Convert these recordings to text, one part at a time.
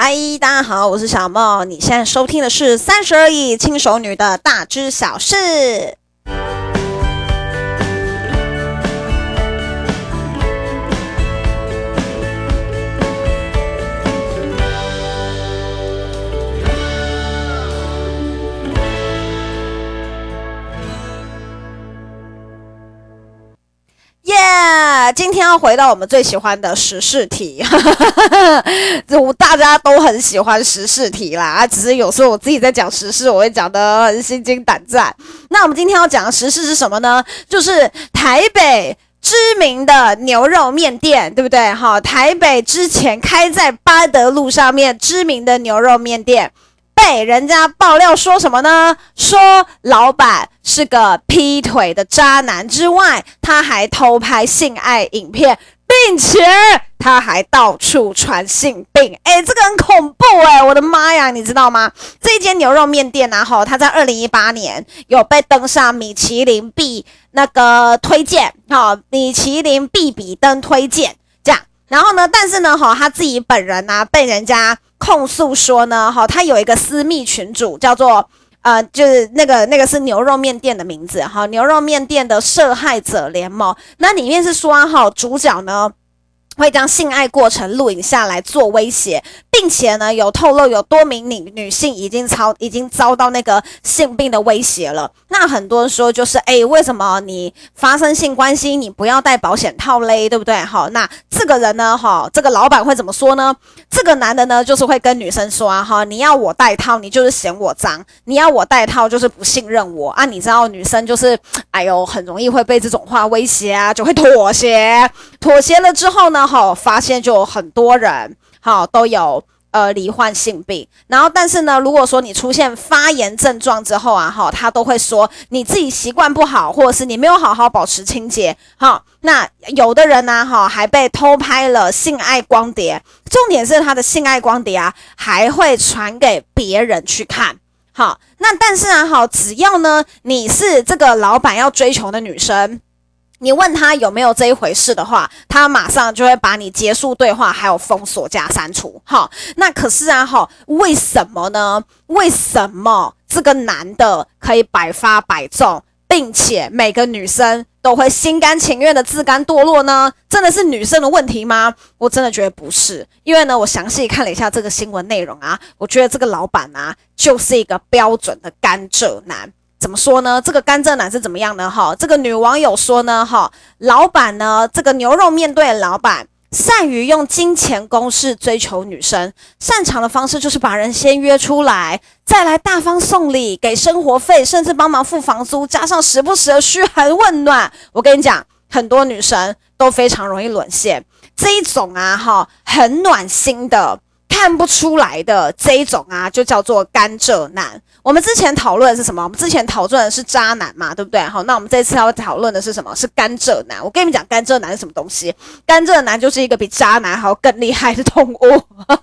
嗨，大家好，我是小梦。你现在收听的是30而已轻熟女的大知小事。今天要回到我们最喜欢的时事题，大家都很喜欢时事题啦，只是有时候我自己在讲时事，我会讲得很心惊胆战。那我们今天要讲的时事是什么呢？就是台北知名的牛肉面店，对不对？台北之前开在八德路上面知名的牛肉面店，被人家爆料说什么呢？说老板是个劈腿的渣男之外，他还偷拍性爱影片，并且他还到处传性病。这个很恐怖我的妈呀，你知道吗？这一间牛肉面店啊，他在2018年有被登上米其林必推荐，米其林必比登推荐这样。然后呢，但是呢，他自己本人啊，被人家控诉说呢，他有一个私密群组，叫做就是那个是牛肉面店的名字，牛肉面店的受害者联盟。那里面是说主角呢会将性爱过程录影下来做威胁，并且呢有透露有多名女性已经遭到那个性病的威胁了。那很多人说就是为什么你发生性关系你不要带保险套嘞，对不对？那这个人呢这个老板会怎么说呢？这个男的呢就是会跟女生说你要我带套你就是嫌我脏，你要我带套就是不信任我啊。你知道女生就是很容易会被这种话威胁啊，就会妥协了之后呢发现就有很多人都有罹患性病。然后但是呢，如果说你出现发炎症状之后他都会说你自己习惯不好，或者是你没有好好保持清洁。那有的人呢还被偷拍了性爱光碟，重点是他的性爱光碟还会传给别人去看。那但是只要呢你是这个老板要追求的女生，你问他有没有这一回事的话，他马上就会把你结束对话，还有封锁加删除。那可是为什么呢？为什么这个男的可以百发百中，并且每个女生都会心甘情愿的自甘堕落呢？真的是女生的问题吗？我真的觉得不是。因为呢，我详细看了一下这个新闻内容我觉得这个老板就是一个标准的甘蔗男。怎么说呢？这个甘蔗男是怎么样呢？这个女网友说呢，老板呢，这个牛肉面店的老板善于用金钱攻势追求女生，擅长的方式就是把人先约出来，再来大方送礼，给生活费，甚至帮忙付房租，加上时不时的嘘寒问暖。我跟你讲，很多女生都非常容易沦陷。这一种很暖心的，看不出来的这一种就叫做甘蔗男。我们之前讨论的是什么？我们之前讨论的是渣男嘛，对不对？那我们这次要讨论的是什么？是甘蔗男。我跟你们讲，甘蔗男是什么东西？甘蔗男就是一个比渣男还要更厉害的动物。甘蔗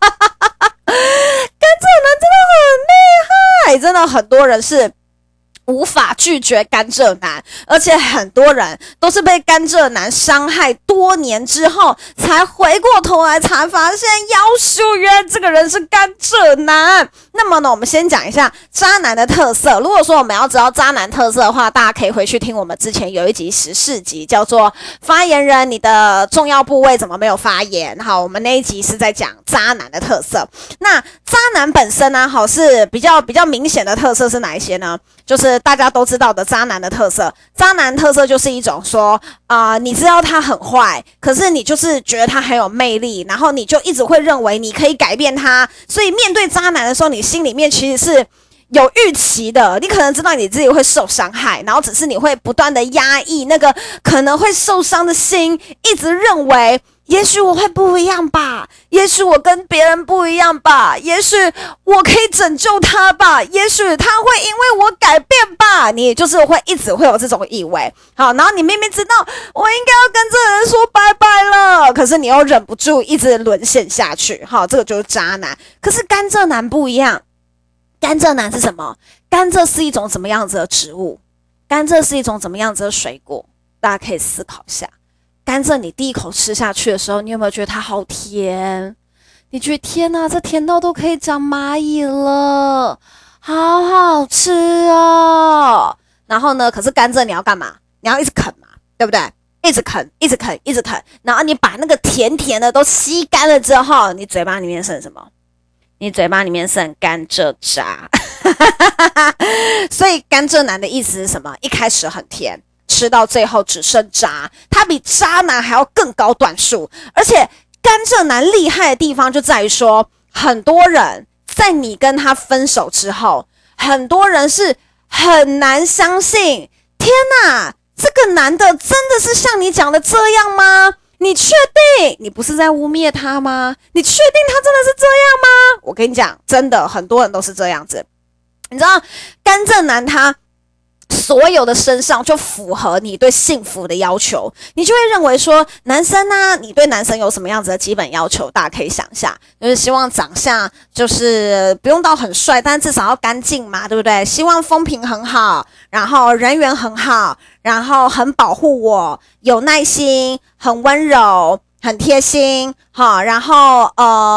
男真的很厉害，真的很多人是无法拒绝甘蔗男，而且很多人都是被甘蔗男伤害多年之后，才回过头来才发现，原来这个人是甘蔗男。那么呢，我们先讲一下渣男的特色。如果说我们要知道渣男特色的话，大家可以回去听我们之前有一集14集，叫做发言人你的重要部位怎么没有发言。我们那一集是在讲渣男的特色。那渣男本身是比较明显的特色是哪一些呢？就是大家都知道的渣男的特色。渣男特色就是一种说你知道他很坏，可是你就是觉得他很有魅力，然后你就一直会认为你可以改变他，所以面对渣男的时候，你心里面其实是有预期的。你可能知道你自己会受伤害，然后只是你会不断的压抑那个可能会受伤的心，一直认为也许我会不一样吧，也许我跟别人不一样吧，也许我可以拯救他吧，也许他会因为我改变吧。你就是会一直会有这种以为。然后你明明知道我应该要跟这个人说拜拜了，可是你又忍不住一直沦陷下去。这个就是渣男。可是甘蔗男不一样。甘蔗男是什么？甘蔗是一种怎么样子的植物？甘蔗是一种怎么样子的水果？大家可以思考一下。甘蔗你第一口吃下去的时候，你有没有觉得它好甜？ 你觉得天哪，这甜到都可以长蚂蚁了，好好吃哦。然后呢，可是甘蔗你要干嘛？你要一直啃嘛，对不对？一直啃，一直啃，一直啃，然后你把那个甜甜的都吸干了之后，你嘴巴里面剩什么？你嘴巴里面剩甘蔗渣。所以甘蔗男的意思是什么？一开始很甜，吃到最后只剩渣，他比渣男还要更高段数。而且甘蔗男厉害的地方就在于说，很多人在你跟他分手之后，很多人是很难相信，天哪，这个男的真的是像你讲的这样吗？你确定？你不是在污蔑他吗？你确定他真的是这样吗？我跟你讲，真的很多人都是这样子。你知道甘蔗男他所有的身上就符合你对幸福的要求，你就会认为说，男生啊，你对男生有什么样子的基本要求？大家可以想一下，就是希望长相就是不用到很帅，但至少要干净嘛，对不对？希望风评很好，然后人缘很好，然后很保护我，有耐心，很温柔，很贴心，好，然后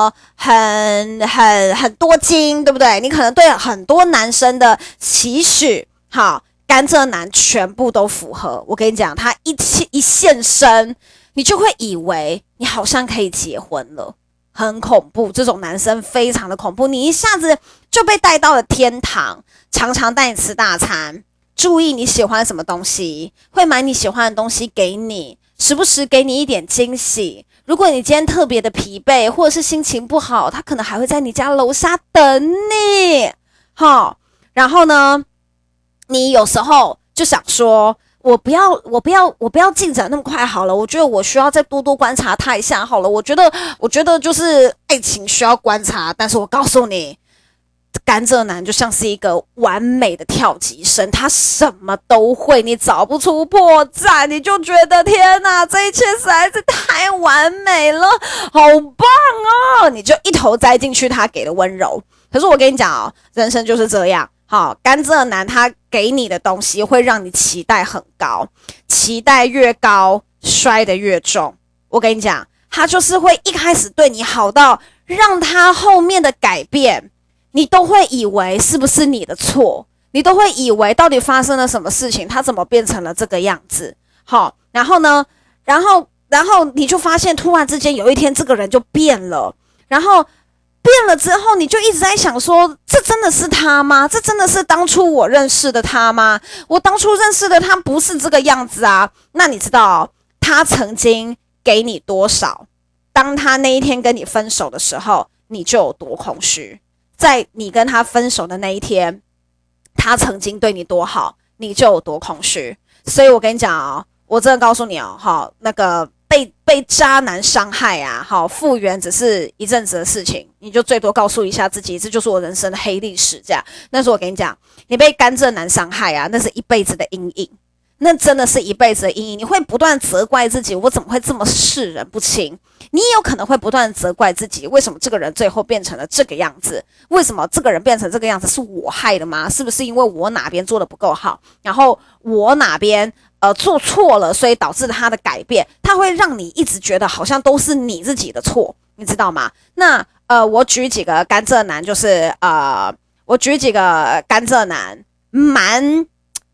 很多金，对不对？你可能对很多男生的期许，好，甘蔗男全部都符合。我跟你讲，他一现身，你就会以为你好像可以结婚了，很恐怖。这种男生非常的恐怖，你一下子就被带到了天堂，常常带你吃大餐，注意你喜欢什么东西，会买你喜欢的东西给你，时不时给你一点惊喜。如果你今天特别的疲惫，或者是心情不好，他可能还会在你家楼下等你。好，然后呢，你有时候就想说，我不要进展那么快好了，我觉得我需要再多多观察他一下好了。我觉得就是爱情需要观察，但是我告诉你，甘蔗男就像是一个完美的跳级生，他什么都会，你找不出破绽，你就觉得天哪，这一切实在是太完美了，好棒哦！你就一头栽进去他给的温柔。可是我跟你讲哦，人生就是这样。好，甘蔗男他给你的东西会让你期待很高，期待越高，摔得越重。我跟你讲，他就是会一开始对你好到让他后面的改变，你都会以为是不是你的错，你都会以为到底发生了什么事情，他怎么变成了这个样子。好，然后呢，然后你就发现突然之间有一天这个人就变了，然后变了之后，你就一直在想说，这真的是他吗？这真的是当初我认识的他吗？我当初认识的他不是这个样子啊。那你知道他曾经给你多少？当他那一天跟你分手的时候，你就有多空虚。在你跟他分手的那一天，他曾经对你多好，你就有多空虚。所以我跟你讲哦，我真的告诉你哦，好，那个被渣男伤害啊，好，复原只是一阵子的事情，你就最多告诉一下自己，这就是我人生的黑历史。这样，但是我跟你讲，你被甘蔗男伤害啊，那是一辈子的阴影，那真的是一辈子的阴影。你会不断责怪自己，我怎么会这么视人不清？你也有可能会不断责怪自己，为什么这个人最后变成了这个样子？为什么这个人变成这个样子是我害的吗？是不是因为我哪边做的不够好，然后我哪边做错了，所以导致他的改变？他会让你一直觉得好像都是你自己的错，你知道吗？那我举几个甘蔗男，就是我举几个甘蔗男，蛮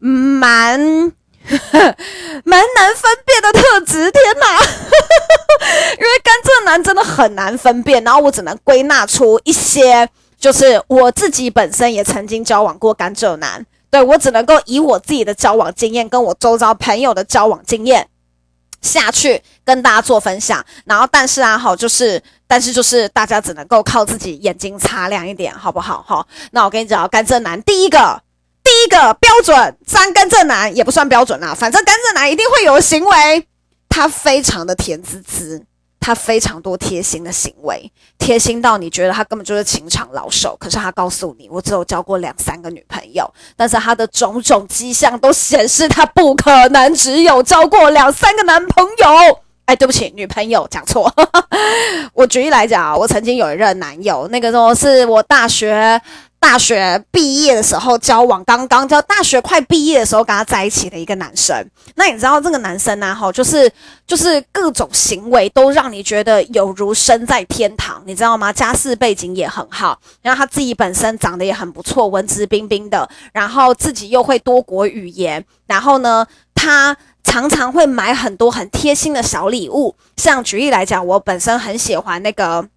难分辨的特质，天哪！因为甘蔗男真的很难分辨，然后我只能归纳出一些，就是我自己本身也曾经交往过甘蔗男，对，我只能够以我自己的交往经验跟我周遭朋友的交往经验下去跟大家做分享。然后但是就是大家只能够靠自己眼睛擦亮一点，好不好？好，那我跟你讲，甘蔗男第一个标准，甘蔗男也不算标准啦，反正甘蔗男一定会有的行为，他非常的甜滋滋，他非常多贴心的行为，贴心到你觉得他根本就是情场老手。可是他告诉你，我只有交过2-3个女朋友，但是他的种种迹象都显示他不可能只有交过2-3个男朋友。哎，对不起，女朋友讲错。我举例来讲，我曾经有一任男友，那个时候是我大学大学毕业的时候交往，刚交大学快毕业的时候跟他在一起的一个男生。那你知道这个男生呢，就是各种行为都让你觉得有如身在天堂，你知道吗？家世背景也很好，然后他自己本身长得也很不错，文质彬彬的，然后自己又会多国语言，然后呢，他常常会买很多很贴心的小礼物。像举例来讲，我本身很喜欢那个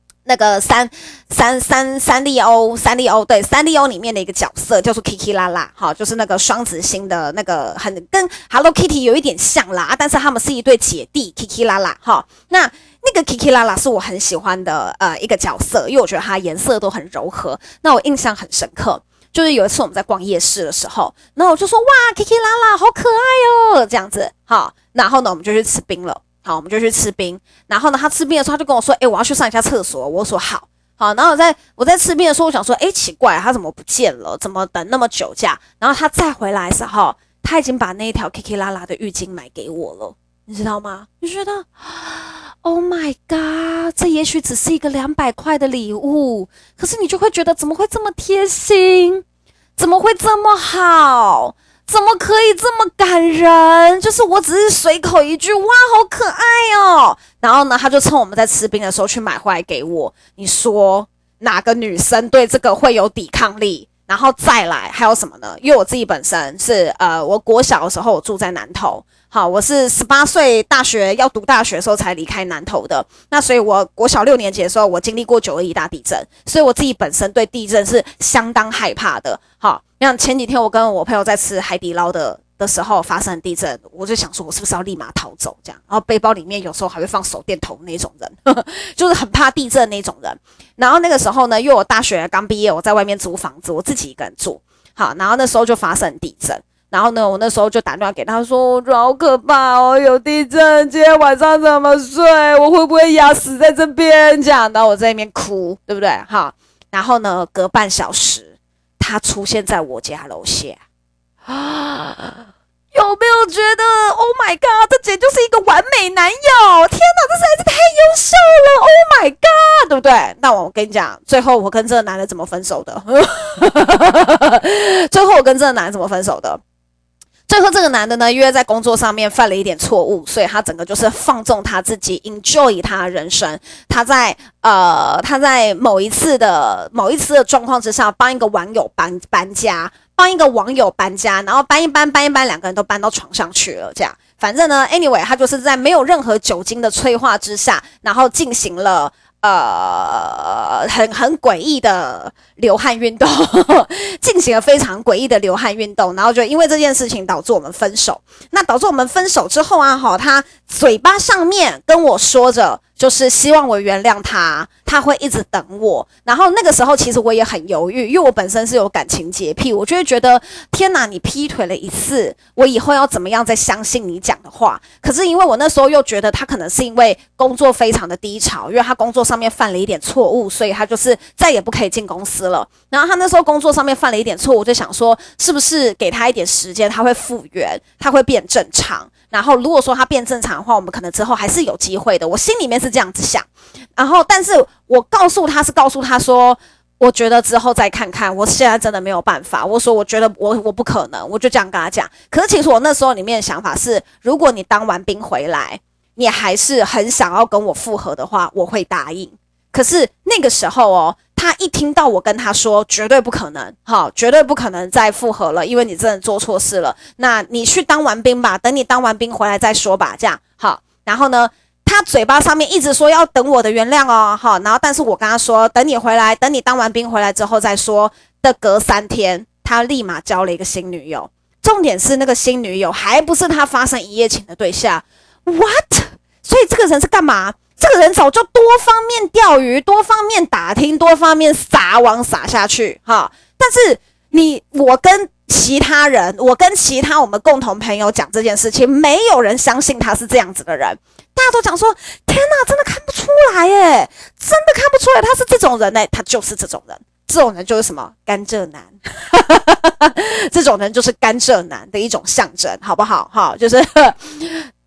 三丽鸥，对，三丽鸥里面的一个角色叫做 Kiki 啦啦，好，就是那个双子星的那个，很跟 Hello Kitty 有一点像啦，但是他们是一对姐弟 Kiki 啦啦，哈，那个 Kiki 啦啦是我很喜欢的一个角色，因为我觉得它颜色都很柔和，那我印象很深刻。就是有一次我们在逛夜市的时候，然后我就说哇 Kiki 啦啦好可爱哦，这样子，好，然后呢我们就去吃冰了。好，我们就去吃冰。然后呢，他吃冰的时候，他就跟我说：“我要去上一下厕所。”我说：“好。”好，然后我在吃冰的时候，我想说：“奇怪，他怎么不见了？怎么等那么久这样？”然后他再回来的时候，他已经把那一条 Kiki 啦啦的浴巾买给我了，你知道吗？你觉得 ，Oh my god， 这也许只是一个200块的礼物，可是你就会觉得怎么会这么贴心？怎么会这么好？怎么可以这么感人？就是我只是随口一句，哇，好可爱哦。然后呢，他就趁我们在吃冰的时候去买回来给我。你说哪个女生对这个会有抵抗力？然后再来还有什么呢？因为我自己本身是我国小的时候我住在南投，好，我是18岁要读大学的时候才离开南投的。那所以我国小6年级的时候，我经历过921大地震，所以我自己本身对地震是相当害怕的。好，像前几天我跟我朋友在吃海底捞的时候发生地震，我就想说我是不是要立马逃走这样，然后背包里面有时候还会放手电筒那种人，就是很怕地震那种人。然后那个时候呢，因为我大学刚毕业，我在外面租房子，我自己一个人住。好，然后那时候就发生地震。然后呢，我那时候就打电话给他说，我觉得好可怕哦，有地震，今天晚上怎么睡？我会不会压死在这边？这样，然后我在那边哭，对不对？好，然后呢，隔半小时，他出现在我家楼下。有没有觉得 Oh my god， 这简直就是一个完美男友？天哪，这实在是太优秀了 ！Oh my god， 对不对？那我跟你讲，最后我跟这个男的怎么分手的？最后我跟这个男的怎么分手的？最后这个男的呢，因为在工作上面犯了一点错误，所以他整个就是放纵他自己 ，enjoy 他的人生。他在某一次的状况之下，帮一个网友搬家，然后搬一搬，两个人都搬到床上去了，这样。反正呢 ，anyway， 他就是在没有任何酒精的催化之下，然后进行了很诡异的流汗运动，进行了非常诡异的流汗运动，然后就因为这件事情导致我们分手。那导致我们分手之后啊，他嘴巴上面跟我说着，就是希望我原谅他，他会一直等我。然后那个时候其实我也很犹豫，因为我本身是有感情洁癖，我就会觉得天哪，你劈腿了一次，我以后要怎么样再相信你讲的话？可是因为我那时候又觉得他可能是因为工作非常的低潮，因为他工作上面犯了一点错误，所以他就是再也不可以进公司了。然后他那时候工作上面犯了一点错误，我就想说是不是给他一点时间，他会复原，他会变正常。然后如果说他变正常的话，我们可能之后还是有机会的，我心里面是这样子想。然后但是我告诉他说，我觉得之后再看看，我现在真的没有办法。我说我觉得我不可能，我就这样跟他讲。可是其实我那时候里面的想法是，如果你当完兵回来，你还是很想要跟我复合的话，我会答应。可是那个时候他一听到我跟他说绝对不可能，好，绝对不可能再复合了，因为你真的做错事了。那你去当完兵吧，等你当完兵回来再说吧，这样好。然后呢，他嘴巴上面一直说要等我的原谅哦，好，然后但是我跟他说，等你回来，等你当完兵回来之后再说。的隔3天，他立马交了一个新女友。重点是那个新女友还不是他发生一夜情的对象 ，what？ 所以这个人是干嘛？这个人早就多方面钓鱼，多方面打听，多方面撒网撒下去哈。但是我跟其他我们共同朋友讲这件事情，没有人相信他是这样子的人。大家都讲说，天哪，真的看不出来耶，真的看不出来他是这种人耶，他就是这种人。这种人就是什么甘蔗男这种人就是甘蔗男的一种象征，好不好？就是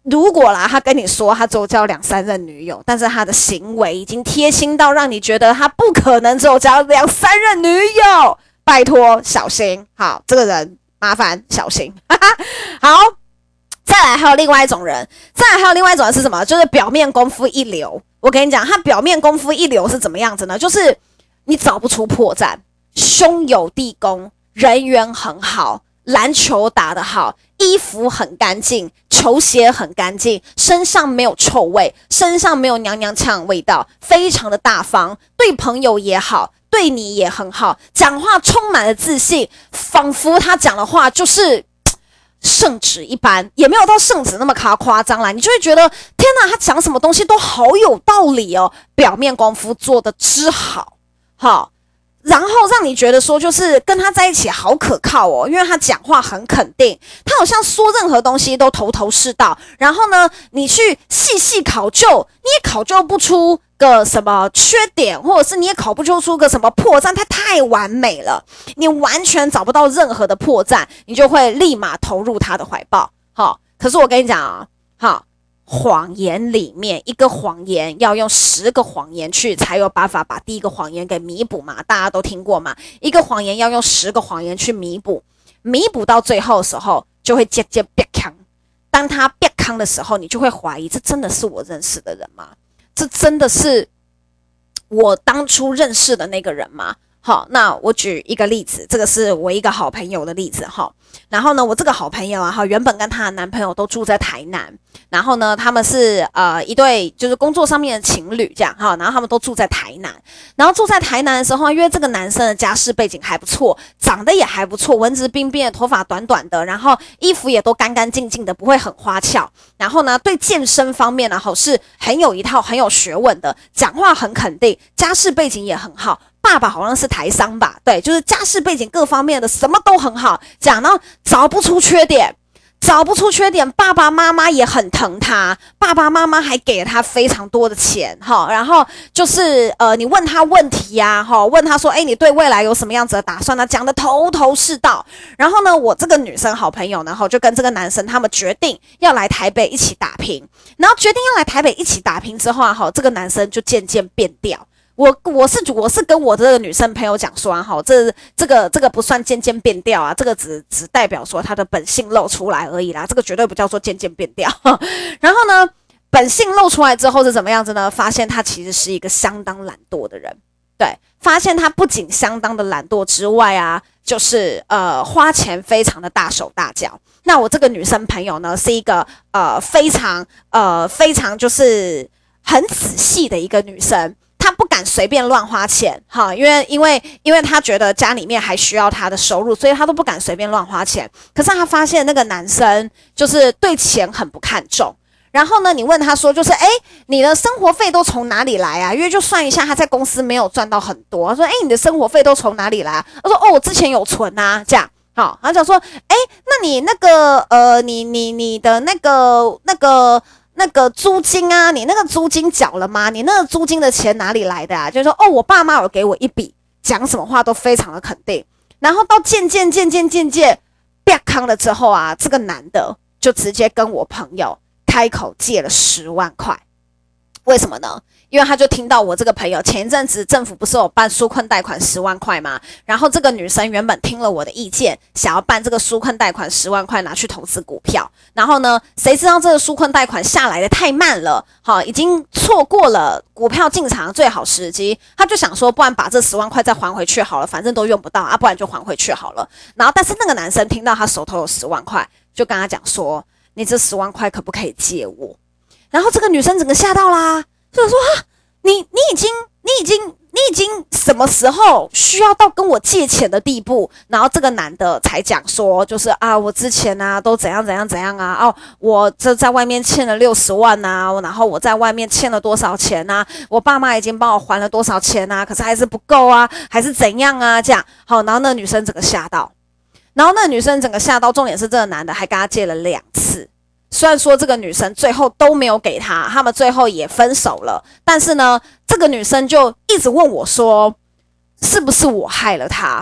如果啦，他跟你说他只有交2-3任女友，但是他的行为已经贴心到让你觉得他不可能只有交2-3任女友，拜托小心。好，这个人麻烦小心。好，再来还有另外一种人是什么？就是表面功夫一流。我跟你讲，他表面功夫一流是怎么样子呢？就是你找不出破绽，兄友弟恭，人缘很好，篮球打得好，衣服很干净，球鞋很干净，身上没有臭味，身上没有娘娘腔的味道，非常的大方，对朋友也好，对你也很好，讲话充满了自信，仿佛他讲的话就是圣旨一般，也没有到圣旨那么夸张啦，你就会觉得天哪，他讲什么东西都好有道理哦，表面功夫做得之好，好。然后让你觉得说，就是跟他在一起好可靠哦，因为他讲话很肯定，他好像说任何东西都头头是道。然后呢，你去细细考究，你也考究不出个什么缺点，或者是你也考不出个什么破绽，他太完美了，你完全找不到任何的破绽，你就会立马投入他的怀抱。好，可是我跟你讲啊，好。谎言里面，一个谎言要用10个谎言去才有办法把第一个谎言给弥补嘛，大家都听过嘛，一个谎言要用10个谎言去弥补到最后的时候就会渐渐变康。当他变康的时候，你就会怀疑，这真的是我认识的人吗？这真的是我当初认识的那个人吗？好，那我举一个例子，这个是我一个好朋友的例子哈。然后呢，我这个好朋友啊，原本跟她的男朋友都住在台南，然后呢，他们是一对就是工作上面的情侣这样哈，然后他们都住在台南，然后住在台南的时候，因为这个男生的家世背景还不错，长得也还不错，文质彬彬的，头发短短的，然后衣服也都干干净净的，不会很花俏，然后呢，对健身方面呢，是很有一套很有学问的，讲话很肯定，家世背景也很好。爸爸好像是台商吧，对，就是家世背景各方面的什么都很好，讲到找不出缺点，爸爸妈妈也很疼他，爸爸妈妈还给了他非常多的钱哈，然后就是你问他问题呀哈，问他说你对未来有什么样子的打算呢？讲的头头是道。然后呢，我这个女生好朋友呢，就跟这个男生他们决定要来台北一起打拼，然后决定要来台北一起打拼之后啊，这个男生就渐渐变调。我是跟我这个女生朋友讲说哈，这个不算渐渐变调啊，这个只代表说他的本性露出来而已啦，这个绝对不叫做渐渐变调。然后呢，本性露出来之后是怎么样子呢？发现他其实是一个相当懒惰的人，对，发现他不仅相当的懒惰之外啊，就是花钱非常的大手大脚。那我这个女生朋友呢，是一个非常就是很仔细的一个女生。他不敢随便乱花钱哈，因为他觉得家里面还需要他的收入，所以他都不敢随便乱花钱。可是他发现那个男生就是对钱很不看重。然后呢，你问他说，就是你的生活费都从哪里来啊？因为就算一下，他在公司没有赚到很多。他说，你的生活费都从哪里来啊？他说，我之前有存啊，这样。好，他讲说，那你那个你的那个租金啊，你那个租金缴了吗？你那个租金的钱哪里来的啊？就是说，我爸妈有给我一笔，讲什么话都非常的肯定。然后到渐渐变康了之后啊，这个男的就直接跟我朋友开口借了10万块。为什么呢？因为他就听到我这个朋友前一阵子政府不是有办纾困贷款10万块吗？然后这个女生原本听了我的意见，想要办这个纾困贷款10万块拿去投资股票。然后呢，谁知道这个纾困贷款下来的太慢了，已经错过了股票进场的最好时机。他就想说，不然把这10万块再还回去好了，反正都用不到啊，不然就还回去好了。然后但是那个男生听到他手头有10万块，就跟他讲说，你这10万块可不可以借我？然后这个女生整个吓到啦，就说你已经什么时候需要到跟我借钱的地步？然后这个男的才讲说，就是我之前啊都怎样啊，我这在外面欠了60万啊，然后我在外面欠了多少钱啊，我爸妈已经帮我还了多少钱啊，可是还是不够啊，还是怎样啊这样。好，然后那个女生整个吓到，重点是这个男的还跟他借了2次。虽然说这个女生最后都没有给他们最后也分手了，但是呢，这个女生就一直问我说，是不是我害了他？他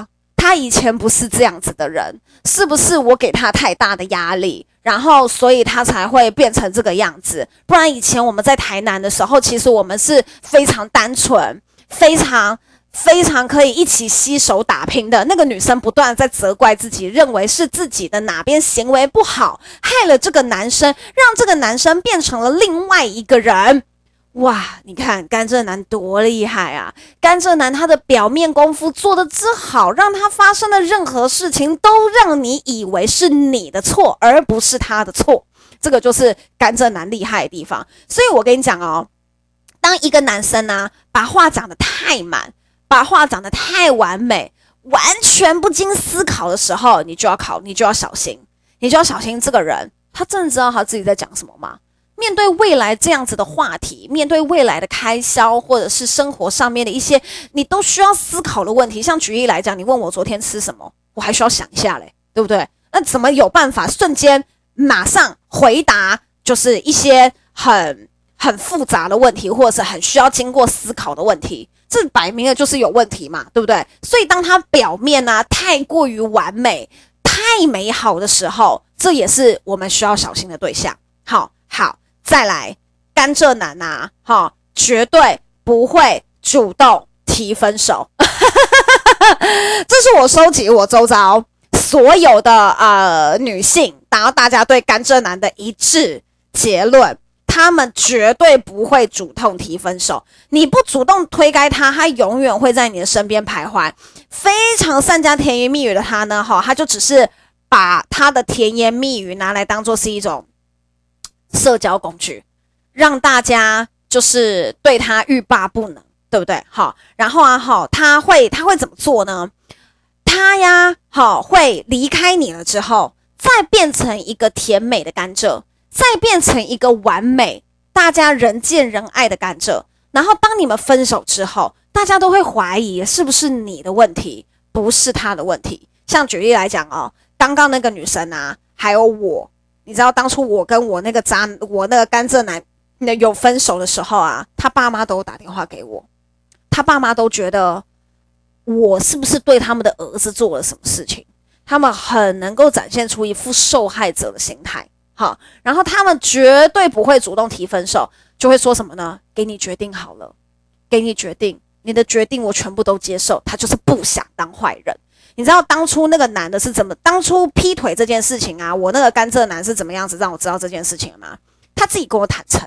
他以前不是这样子的人，是不是我给他太大的压力，然后所以他才会变成这个样子？不然以前我们在台南的时候，其实我们是非常单纯，非常可以一起携手打拼的。那个女生不断在责怪自己，认为是自己的哪边行为不好，害了这个男生，让这个男生变成了另外一个人。哇，你看甘蔗男多厉害啊！甘蔗男他的表面功夫做得之好，让他发生的任何事情都让你以为是你的错，而不是他的错。这个就是甘蔗男厉害的地方。所以我跟你讲哦，当一个男生啊，把话讲得太满，把话讲得太完美，完全不经思考的时候，你就要小心，这个人他真的知道他自己在讲什么吗？面对未来这样子的话题，面对未来的开销，或者是生活上面的一些你都需要思考的问题，像举例来讲，你问我昨天吃什么，我还需要想一下嘞，对不对？那怎么有办法瞬间马上回答，就是一些很复杂的问题，或者是很需要经过思考的问题？这摆明了就是有问题嘛，对不对？所以当他表面啊太过于完美、太美好的时候，这也是我们需要小心的对象。好，再来，甘蔗男啊，绝对不会主动提分手。这是我收集我周遭所有的女性，然后大家对甘蔗男的一致结论，他们绝对不会主动提分手。你不主动推开他，他永远会在你的身边徘徊。非常善加甜言蜜语的他呢，他就只是把他的甜言蜜语拿来当作是一种社交工具，让大家就是对他欲罢不能，对不对？然后他会怎么做呢？他呀，会离开你了之后，再变成一个甜美的甘蔗，再变成一个完美、大家人见人爱的甘蔗。然后当你们分手之后，大家都会怀疑是不是你的问题，不是他的问题。像举例来讲哦，刚刚那个女生啊，还有我。你知道当初我跟我那个甘蔗男有分手的时候啊，他爸妈都有打电话给我，他爸妈都觉得我是不是对他们的儿子做了什么事情，他们很能够展现出一副受害者的心态。然后他们绝对不会主动提分手，就会说什么呢？给你决定好了，给你决定，你的决定我全部都接受。他就是不想当坏人。你知道当初那个男的是怎么，当初劈腿这件事情啊，我那个甘蔗男是怎么样子让我知道这件事情的吗？他自己跟我坦诚，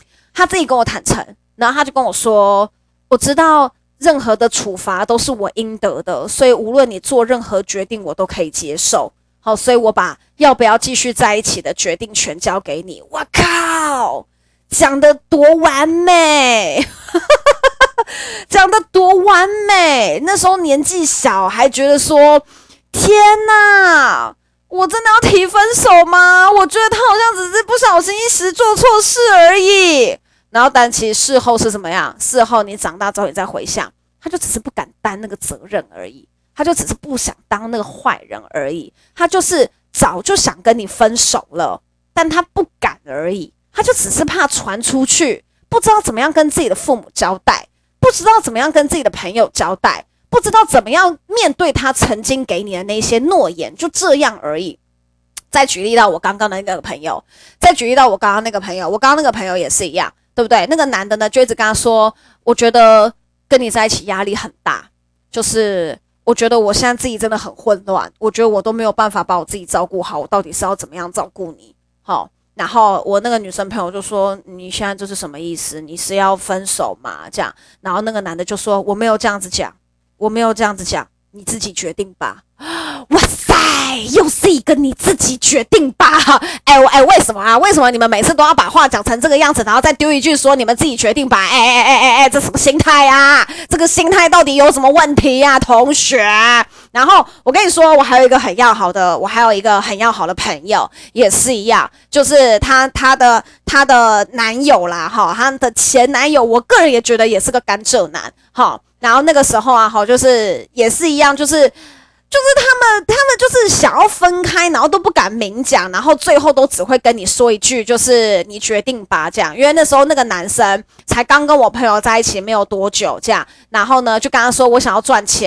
然后他就跟我说，我知道任何的处罚都是我应得的，所以无论你做任何决定我都可以接受。好，所以我把要不要继续在一起的决定权交给你。哇靠，讲得多完美。讲得多完美！那时候年纪小，还觉得说，天哪，我真的要提分手吗？我觉得他好像只是不小心一时做错事而已。然后但其实事后是怎么样？事后你长大之后你再回想，他就只是不敢担那个责任而已，他就只是不想当那个坏人而已，他就是早就想跟你分手了，但他不敢而已，他就只是怕传出去，不知道怎么样跟自己的父母交代，不知道怎么样跟自己的朋友交代，不知道怎么样面对他曾经给你的那些诺言，就这样而已。再举例到我刚刚的那个朋友，我刚刚那个朋友也是一样，对不对？那个男的呢，就一直跟他说，我觉得跟你在一起压力很大，就是我觉得我现在自己真的很混乱，我觉得我都没有办法把我自己照顾好，我到底是要怎么样照顾你？然后我那个女生朋友就说，你现在这是什么意思？你是要分手吗？这样。然后那个男的就说，我没有这样子讲，你自己决定吧。哇塞，又是一个你自己决定吧。为什么啊？为什么你们每次都要把话讲成这个样子，然后再丢一句说你们自己决定吧？这什么心态啊？这个心态到底有什么问题啊，同学？然后我跟你说，我还有一个很要好的朋友，也是一样，就是他的男友啦，他的前男友，我个人也觉得也是个甘蔗男，然后那个时候啊，就是也是一样，就是他们就是想要分开，然后都不敢明讲，然后最后都只会跟你说一句，就是你决定吧，这样。因为那时候那个男生才刚跟我朋友在一起没有多久，这样，然后呢就跟他说我想要赚钱，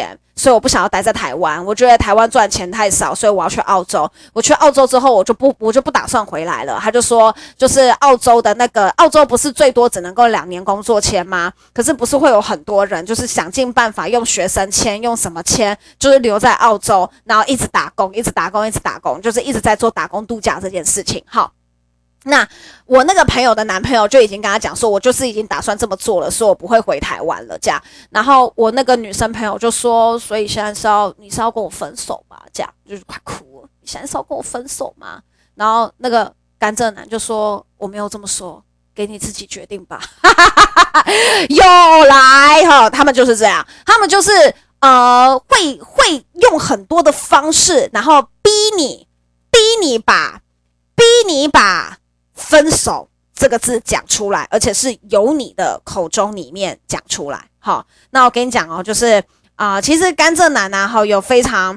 所以我不想要待在台湾，我觉得台湾赚钱太少，所以我要去澳洲。我去澳洲之后，我就不打算回来了。他就说，就是澳洲不是最多只能够2年工作签吗？可是不是会有很多人就是想尽办法用学生签，用什么签，就是留在澳洲，然后一直打工，就是一直在做打工度假这件事情。好。那我那个朋友的男朋友就已经跟他讲说，我就是已经打算这么做了，说我不会回台湾了这样。然后我那个女生朋友就说，所以现在你是要跟我分手吧？这样就是快哭了，你现在是要跟我分手吗？然后那个甘蔗男就说，我没有这么说，给你自己决定吧。又来哈，他们就是这样，他们就是会用很多的方式，然后逼你把分手这个字讲出来，而且是由你的口中里面讲出来。好，那我跟你讲哦，就是其实甘蔗男啊，有非常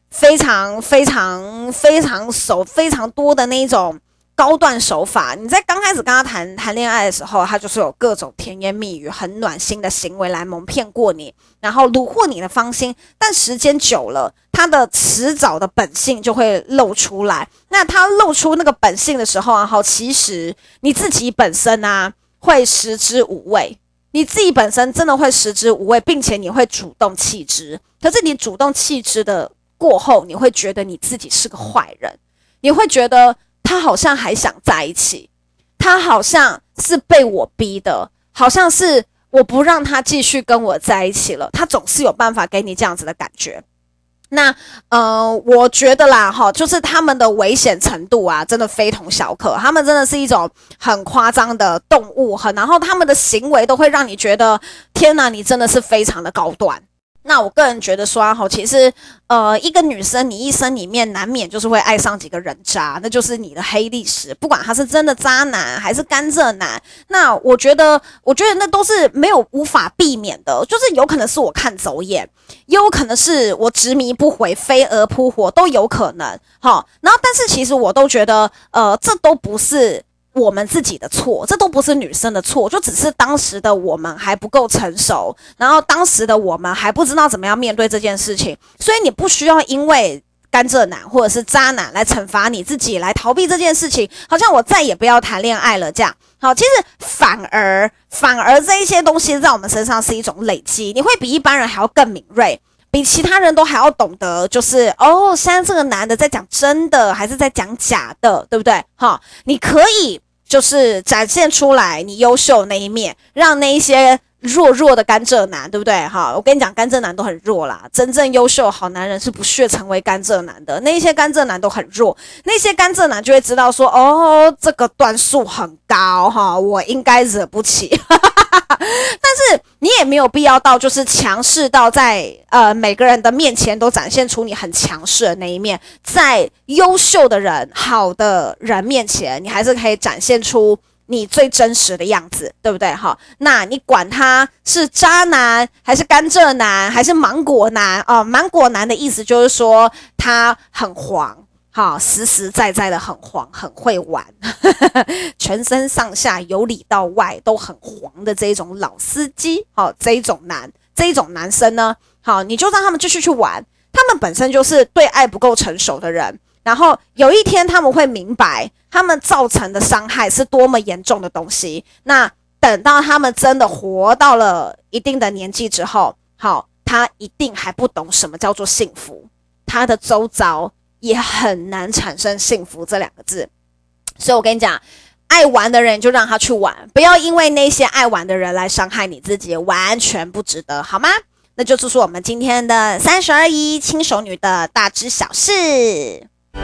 多的那一种高段手法。你在刚开始跟他谈恋爱的时候，他就是有各种甜言蜜语、很暖心的行为来蒙骗过你，然后虏获你的芳心。但时间久了，他的迟早的本性就会露出来。那他露出那个本性的时候啊，其实你自己本身啊会食之无味，你自己本身真的会食之无味，并且你会主动弃之。可是你主动弃之的过后，你会觉得你自己是个坏人，你会觉得他好像还想在一起，他好像是被我逼的，好像是我不让他继续跟我在一起了，他总是有办法给你这样子的感觉。那我觉得啦就是他们的危险程度啊，真的非同小可。他们真的是一种很夸张的动物，然后他们的行为都会让你觉得，天哪，你真的是非常的高端。那我个人觉得说其实一个女生你一生里面难免就是会爱上几个人渣，那就是你的黑历史，不管他是真的渣男还是甘蔗男。那我觉得那都是无法避免的，就是有可能是我看走眼，也有可能是我执迷不悔，飞蛾扑火都有可能。然后但是其实我都觉得这都不是我们自己的错，这都不是女生的错，就只是当时的我们还不够成熟，然后当时的我们还不知道怎么样面对这件事情，所以你不需要因为甘蔗男或者是渣男来惩罚你自己，来逃避这件事情，好像我再也不要谈恋爱了这样。好，其实反而这一些东西在我们身上是一种累积，你会比一般人还要更敏锐，比其他人都还要懂得，就是现在这个男的在讲真的还是在讲假的，对不对？你可以就是展现出来你优秀那一面，让那一些弱的甘蔗男，对不对？我跟你讲，甘蔗男都很弱啦，真正优秀好男人是不屑成为甘蔗男的，那些甘蔗男都很弱，那些甘蔗男就会知道说，这个段数很高我应该惹不起。但是你也没有必要到就是强势到在每个人的面前都展现出你很强势的那一面，在优秀的人、好的人面前，你还是可以展现出你最真实的样子，对不对？那你管他是渣男还是甘蔗男还是芒果男芒果男的意思就是说他很黄。实实在在的很黄，很会玩，全身上下由里到外都很黄的这一种老司机，这一种男生呢，你就让他们继续去玩，他们本身就是对爱不够成熟的人，然后有一天他们会明白他们造成的伤害是多么严重的东西。那等到他们真的活到了一定的年纪之后，他一定还不懂什么叫做幸福，他的周遭也很难产生幸福这2个字。所以我跟你讲，爱玩的人就让他去玩，不要因为那些爱玩的人来伤害你自己，完全不值得，好吗？那就是我们今天的30而已轻熟女的大知小事。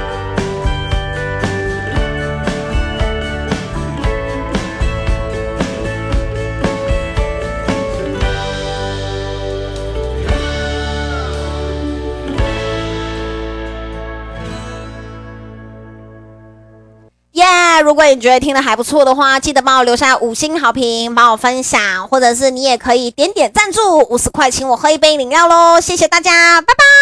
如果你觉得听得还不错的话，记得帮我留下5星好评，帮我分享，或者是你也可以点赞助50块请我喝一杯饮料咯，谢谢大家，拜拜。